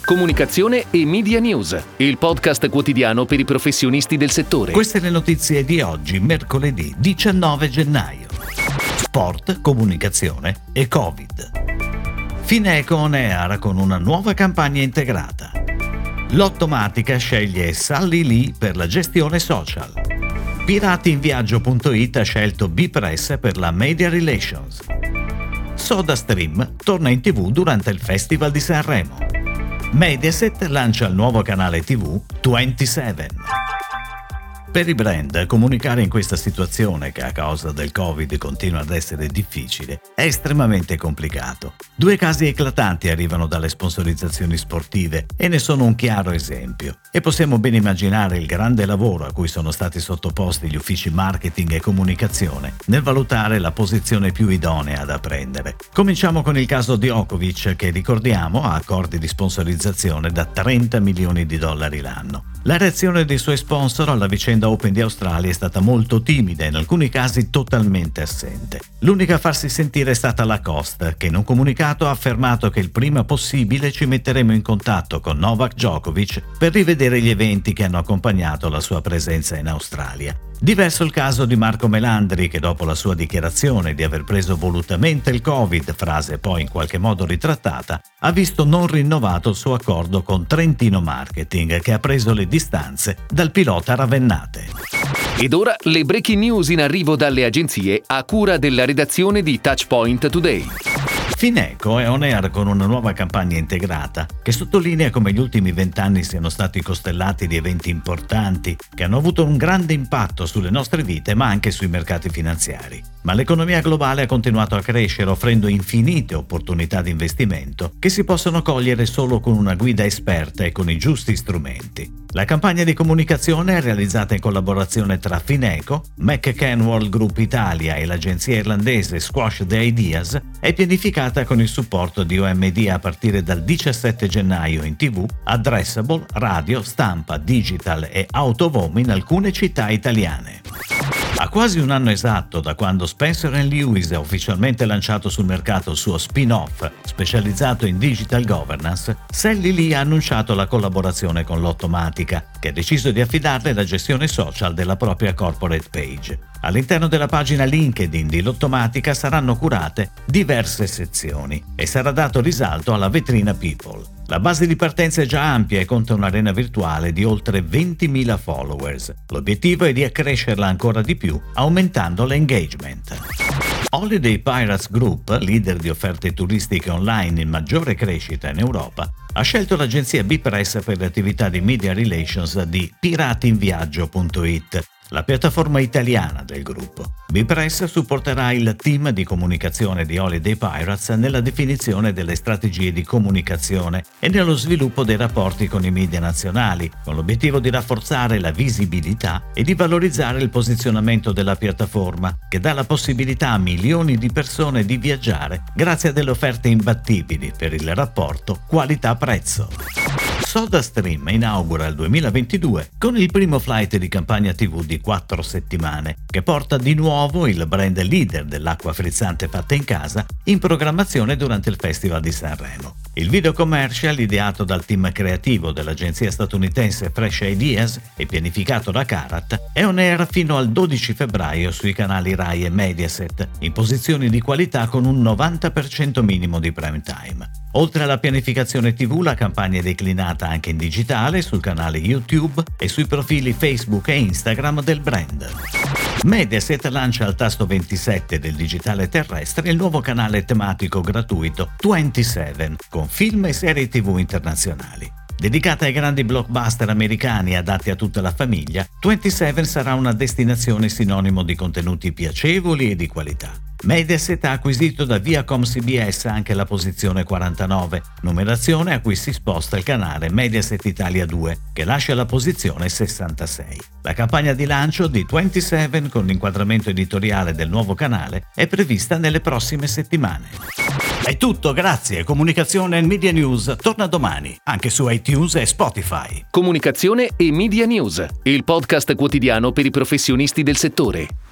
Comunicazione e Media News, il podcast quotidiano per i professionisti del settore. Queste le notizie di oggi, mercoledì 19 gennaio. Sport, comunicazione e Covid. Fineco on air con una nuova campagna integrata. Lottomatica sceglie Sally Lee per la gestione social. Piratinviaggio.it ha scelto B-Press per la Media Relations. SodaStream torna in TV durante il Festival di Sanremo. Mediaset lancia il nuovo canale TV 27. Per i brand, comunicare in questa situazione, che a causa del Covid continua ad essere difficile, è estremamente complicato. Due casi eclatanti arrivano dalle sponsorizzazioni sportive e ne sono un chiaro esempio. E possiamo ben immaginare il grande lavoro a cui sono stati sottoposti gli uffici marketing e comunicazione nel valutare la posizione più idonea da prendere. Cominciamo con il caso Djokovic, che ricordiamo ha accordi di sponsorizzazione da $30 milioni l'anno. La reazione dei suoi sponsor alla vicenda Open di Australia è stata molto timida e in alcuni casi totalmente assente. L'unica a farsi sentire è stata Lacoste, che in un comunicato ha affermato che il prima possibile ci metteremo in contatto con Novak Djokovic per rivedere gli eventi che hanno accompagnato la sua presenza in Australia. Diverso il caso di Marco Melandri, che dopo la sua dichiarazione di aver preso volutamente il Covid, frase poi in qualche modo ritrattata, ha visto non rinnovato il suo accordo con Trentino Marketing, che ha preso le distanze dal pilota Ravennate. Ed ora le breaking news in arrivo dalle agenzie a cura della redazione di Touchpoint Today. Fineco è on air con una nuova campagna integrata che sottolinea come gli ultimi 20 anni siano stati costellati di eventi importanti che hanno avuto un grande impatto sulle nostre vite ma anche sui mercati finanziari. Ma l'economia globale ha continuato a crescere offrendo infinite opportunità di investimento che si possono cogliere solo con una guida esperta e con i giusti strumenti. La campagna di comunicazione è realizzata in collaborazione tra Fineco, McCann World Group Italia e l'agenzia irlandese Squash the Ideas è pianificata con il supporto di OMD a partire dal 17 gennaio in TV, addressable, radio, stampa, digital e out of home in alcune città italiane. A quasi un anno esatto da quando Spencer & Lewis ha ufficialmente lanciato sul mercato il suo spin-off specializzato in digital governance, Sally Lee ha annunciato la collaborazione con Lottomatica, che ha deciso di affidarle la gestione social della propria corporate page. All'interno della pagina LinkedIn di Lottomatica saranno curate diverse sezioni e sarà dato risalto alla vetrina People. La base di partenza è già ampia e conta un'arena virtuale di oltre 20.000 followers. L'obiettivo è di accrescerla ancora di più, aumentando l'engagement. Holiday Pirates Group, leader di offerte turistiche online in maggiore crescita in Europa, ha scelto l'agenzia B-Press per le attività di media relations di Piratinviaggio.it, la piattaforma italiana del gruppo. B-Press supporterà il team di comunicazione di Holiday Pirates nella definizione delle strategie di comunicazione e nello sviluppo dei rapporti con i media nazionali, con l'obiettivo di rafforzare la visibilità e di valorizzare il posizionamento della piattaforma, che dà la possibilità a milioni di persone di viaggiare grazie a delle offerte imbattibili per il rapporto qualità-prezzo. SodaStream inaugura il 2022 con il primo flight di campagna TV di 4 settimane, che porta di nuovo il brand leader dell'acqua frizzante fatta in casa in programmazione durante il Festival di Sanremo. Il video commercial, ideato dal team creativo dell'agenzia statunitense Fresh Ideas e pianificato da Karat, è on air fino al 12 febbraio sui canali Rai e Mediaset, in posizioni di qualità con un 90% minimo di prime time. Oltre alla pianificazione TV, la campagna è declinata anche in digitale sul canale YouTube e sui profili Facebook e Instagram del brand. Mediaset lancia al tasto 27 del digitale terrestre il nuovo canale tematico gratuito 27 con film e serie TV internazionali. Dedicata ai grandi blockbuster americani adatti a tutta la famiglia, 27 sarà una destinazione sinonimo di contenuti piacevoli e di qualità. Mediaset ha acquisito da Viacom CBS anche la posizione 49, numerazione a cui si sposta il canale Mediaset Italia 2, che lascia la posizione 66. La campagna di lancio di 27 con l'inquadramento editoriale del nuovo canale è prevista nelle prossime settimane. È tutto, grazie. Comunicazione e Media News torna domani, anche su iTunes e Spotify. Comunicazione e Media News, il podcast quotidiano per i professionisti del settore.